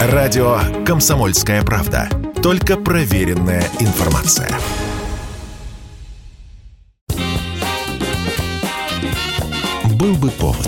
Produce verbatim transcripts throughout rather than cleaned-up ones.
Радио «Комсомольская правда». Только проверенная информация. Был бы повод.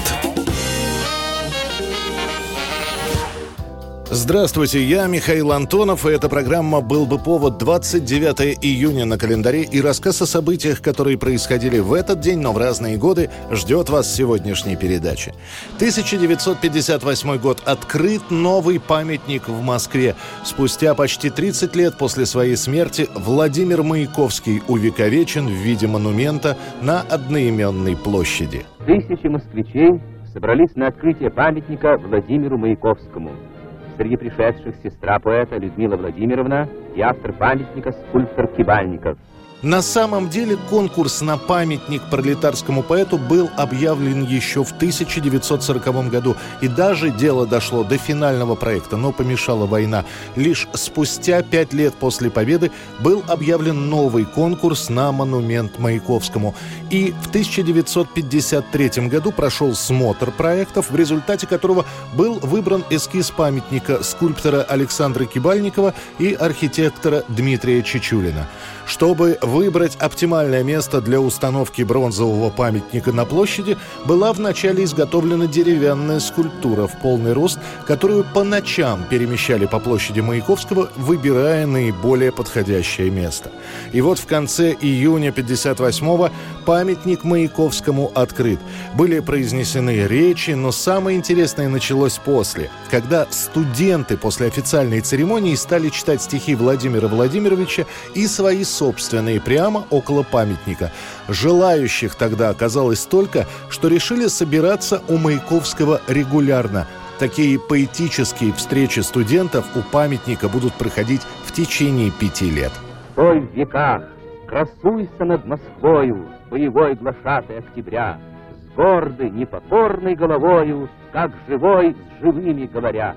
Здравствуйте, я Михаил Антонов, и эта программа «Был бы повод». Двадцать девятое июня на календаре, и рассказ о событиях, которые происходили в этот день, но в разные годы, ждет вас в сегодняшней передаче. тысяча девятьсот пятьдесят восьмой год. Открыт новый памятник в Москве. Спустя почти тридцать лет после своей смерти Владимир Маяковский увековечен в виде монумента на одноименной площади. Тысячи москвичей собрались на открытие памятника Владимиру Маяковскому. Среди пришедших сестра поэта Людмила Владимировна и автор памятника скульптор Кибальников. На самом деле конкурс на памятник пролетарскому поэту был объявлен еще в тысяча девятьсот сороковом году. И даже дело дошло до финального проекта, но помешала война. Лишь спустя пять лет после победы был объявлен новый конкурс на монумент Маяковскому. И в тысяча девятьсот пятьдесят третьем году прошел смотр проектов, в результате которого был выбран эскиз памятника скульптора Александра Кибальникова и архитектора Дмитрия Чечулина. Чтобы выбрать оптимальное место для установки бронзового памятника на площади, была вначале изготовлена деревянная скульптура в полный рост, которую по ночам перемещали по площади Маяковского, выбирая наиболее подходящее место. И вот в конце июня пятьдесят восьмого памятник Маяковскому открыт. Были произнесены речи, но самое интересное началось после, когда студенты после официальной церемонии стали читать стихи Владимира Владимировича и свои собственные прямо около памятника. Желающих тогда оказалось столько, что решили собираться у Маяковского регулярно. Такие поэтические встречи студентов у памятника будут проходить в течение пяти лет. Стой в веках, красуйся над Москвою, боевой глашатай октября, с гордой, непокорной головою, как живой с живыми говоря.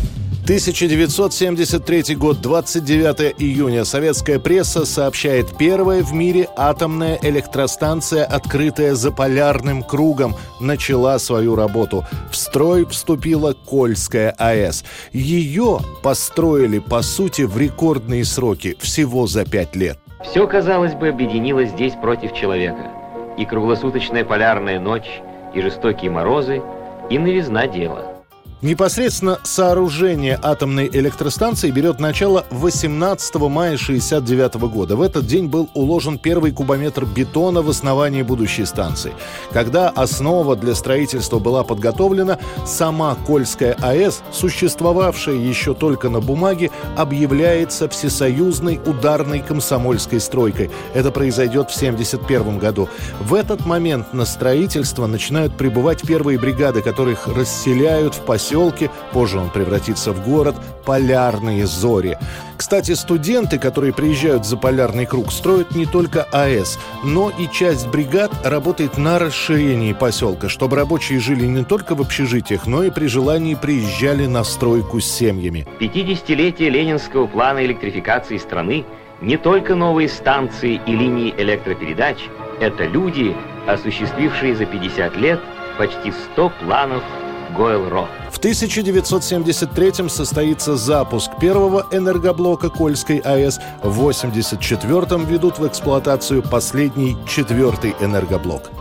тысяча девятьсот семьдесят третий год, двадцать девятое июня. Советская пресса сообщает: первая в мире атомная электростанция, открытая за полярным кругом, начала свою работу. В строй вступила Кольская АЭС. Ее построили, по сути, в рекордные сроки, всего за пять лет. Все, казалось бы, объединилось здесь против человека. И круглосуточная полярная ночь, и жестокие морозы, и новизна дела. Непосредственно сооружение атомной электростанции берет начало восемнадцатого мая шестьдесят девятого года. В этот день был уложен первый кубометр бетона в основании будущей станции. Когда основа для строительства была подготовлена, сама Кольская АЭС, существовавшая еще только на бумаге, объявляется всесоюзной ударной комсомольской стройкой. Это произойдет в семьдесят первом году. В этот момент на строительство начинают прибывать первые бригады, которых расселяют в поселке. Позже он превратится в город, Полярные Зори. Кстати, студенты, которые приезжают за Полярный круг, строят не только АЭС, но и часть бригад работает на расширении поселка, чтобы рабочие жили не только в общежитиях, но и при желании приезжали на стройку с семьями. пятидесятилетие ленинского плана электрификации страны не только новые станции и линии электропередач, это люди, осуществившие за пятьдесят лет почти сто планов Гойл-Ро. В тысяча девятьсот семьдесят третьем состоится запуск первого энергоблока Кольской АЭС. В восемьдесят четвёртом ведут в эксплуатацию последний, четвертый энергоблок.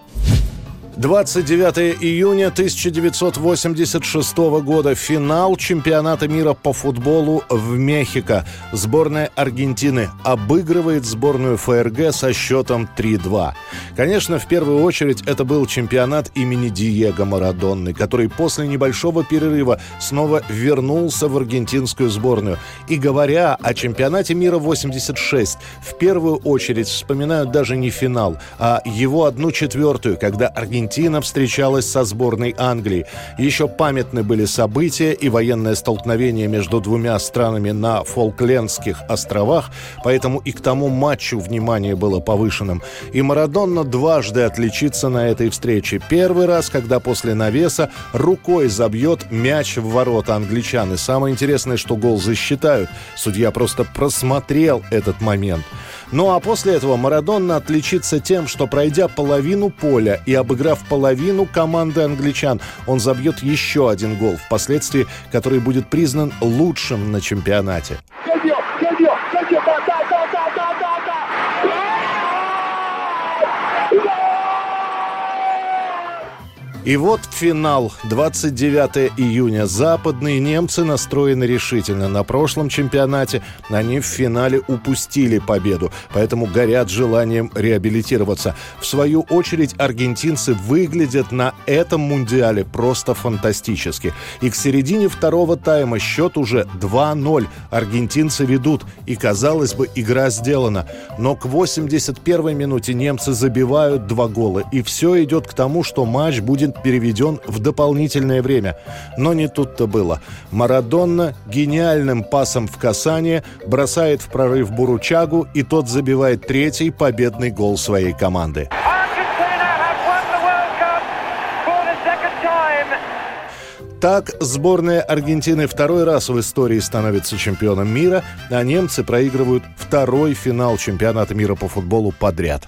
двадцать девятое июня тысяча девятьсот восемьдесят шестого года. Финал чемпионата мира по футболу в Мехико. Сборная Аргентины обыгрывает сборную ФРГ со счетом три-два. Конечно, в первую очередь это был чемпионат имени Диего Марадонны, который после небольшого перерыва снова вернулся в аргентинскую сборную. И говоря о чемпионате мира восемьдесят шесть, в первую очередь вспоминают даже не финал, а его одну четвертую, когда Аргентина Аргентина встречалась со сборной Англии. Еще памятны были события и военное столкновение между двумя странами на Фолклендских островах, поэтому и к тому матчу внимание было повышенным. И Марадонна дважды отличится на этой встрече. Первый раз, когда после навеса рукой забьет мяч в ворота англичан. И самое интересное, что гол засчитают. Судья просто просмотрел этот момент. Ну а после этого Марадонна отличится тем, что, пройдя половину поля и обыграв обыграв половину команды англичан, он забьет еще один гол, впоследствии который будет признан лучшим на чемпионате. И вот финал. двадцать девятого июня. Западные немцы настроены решительно. На прошлом чемпионате они в финале упустили победу, поэтому горят желанием реабилитироваться. В свою очередь, аргентинцы выглядят на этом мундиале просто фантастически. И к середине второго тайма счет уже два ноль. Аргентинцы ведут, и, казалось бы, игра сделана. Но к восемьдесят первой минуте немцы забивают два гола, и все идет к тому, что матч будет переведен в дополнительное время. Но не тут-то было. Марадонна гениальным пасом в касание бросает в прорыв Буручагу, и тот забивает третий победный гол своей команды. Так, сборная Аргентины второй раз в истории становится чемпионом мира, а немцы проигрывают второй финал чемпионата мира по футболу подряд.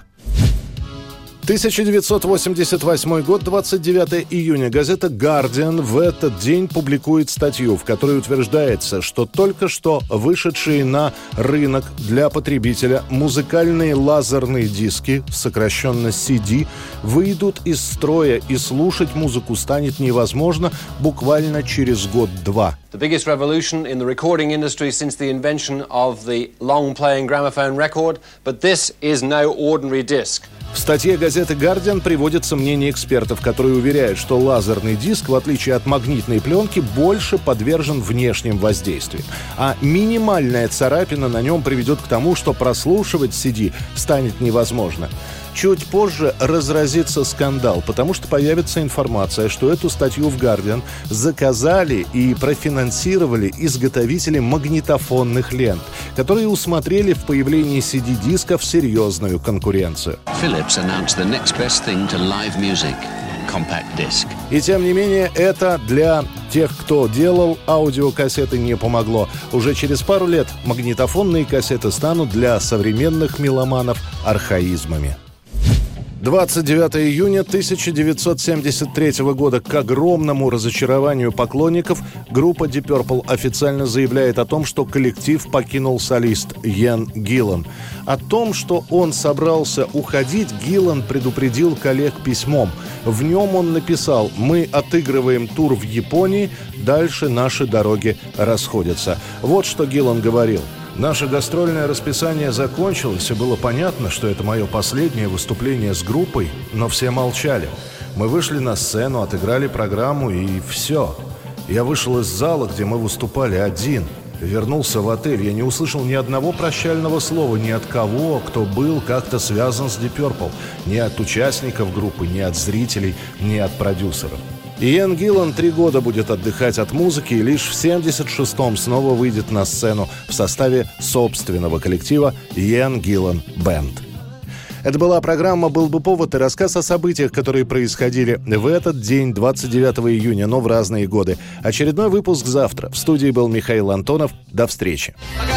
тысяча девятьсот восемьдесят восьмой год, двадцать девятого июня. Газета «Гардиан» в этот день публикует статью, в которой утверждается, что только что вышедшие на рынок для потребителя музыкальные лазерные диски, сокращенно си ди, выйдут из строя, и слушать музыку станет невозможно буквально через год-два. The biggest revolution in the recording industry since the invention of the long-playing gramophone record, but this is no ordinary disc. В статье газеты «Гардиан» приводится мнение экспертов, которые уверяют, что лазерный диск, в отличие от магнитной пленки, больше подвержен внешним воздействиям. А минимальная царапина на нем приведет к тому, что прослушивать си ди станет невозможно. Чуть позже разразится скандал, потому что появится информация, что эту статью в «Гардиан» заказали и профинансировали изготовители магнитофонных лент, которые усмотрели в появлении си ди-дисков серьезную конкуренцию. Philips announced the next best thing to live music – compact disc. И тем не менее, это для тех, кто делал аудиокассеты, не помогло. Уже через пару лет магнитофонные кассеты станут для современных меломанов архаизмами. двадцать девятого июня тысяча девятьсот семьдесят третьего года. К огромному разочарованию поклонников группа Deep Purple официально заявляет о том, что коллектив покинул солист Иэн Гиллан. О том, что он собрался уходить, Гиллан предупредил коллег письмом. В нем он написал: «Мы отыгрываем тур в Японии, дальше наши дороги расходятся». Вот что Гиллан говорил. «Наше гастрольное расписание закончилось, и было понятно, что это мое последнее выступление с группой, но все молчали. Мы вышли на сцену, отыграли программу, и все. Я вышел из зала, где мы выступали, один. Вернулся в отель. Я не услышал ни одного прощального слова ни от кого, кто был как-то связан с Deep Purple. Ни от участников группы, ни от зрителей, ни от продюсеров». Иэн Гиллан три года будет отдыхать от музыки и лишь в семьдесят шестом снова выйдет на сцену в составе собственного коллектива Иэн Гиллан Бэнд. Это была программа «Был бы повод» и рассказ о событиях, которые происходили в этот день, двадцать девятого июня, но в разные годы. Очередной выпуск завтра. В студии был Михаил Антонов. До встречи.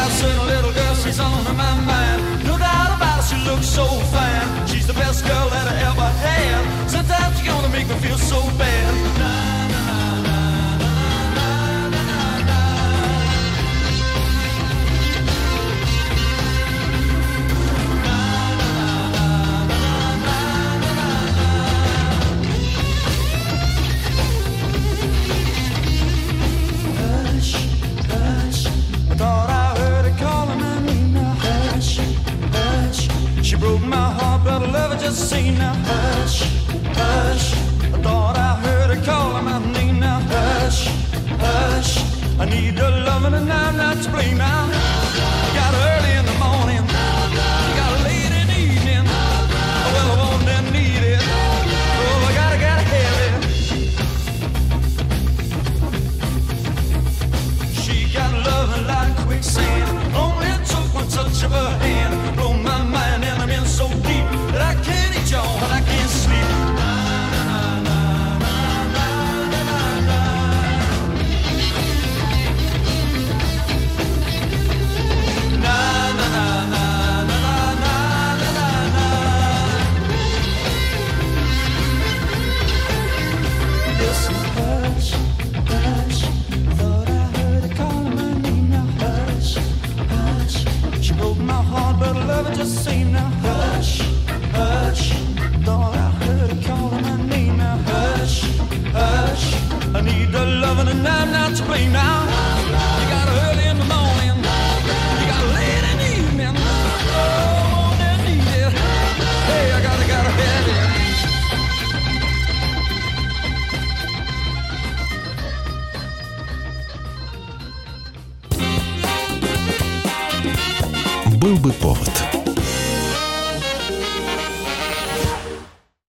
Broke my heart, but I love her just the same now. Hush, hush, I thought I heard her calling my name now. Hush, hush, I need her loving and I'm not to blame now. Got her early in the morning, got her late in the evening. Well, I want and need it, oh, I gotta, gotta have it. She got loving like quicksand, only took one touch of her hand. Blow my mind and I'm in so deep that I can't eat y'all and I can't sleep. explain now. You got early in the morning, you got late in the evening. Oh, that need it. Hey, I gotta, gotta have it. Был бы повод.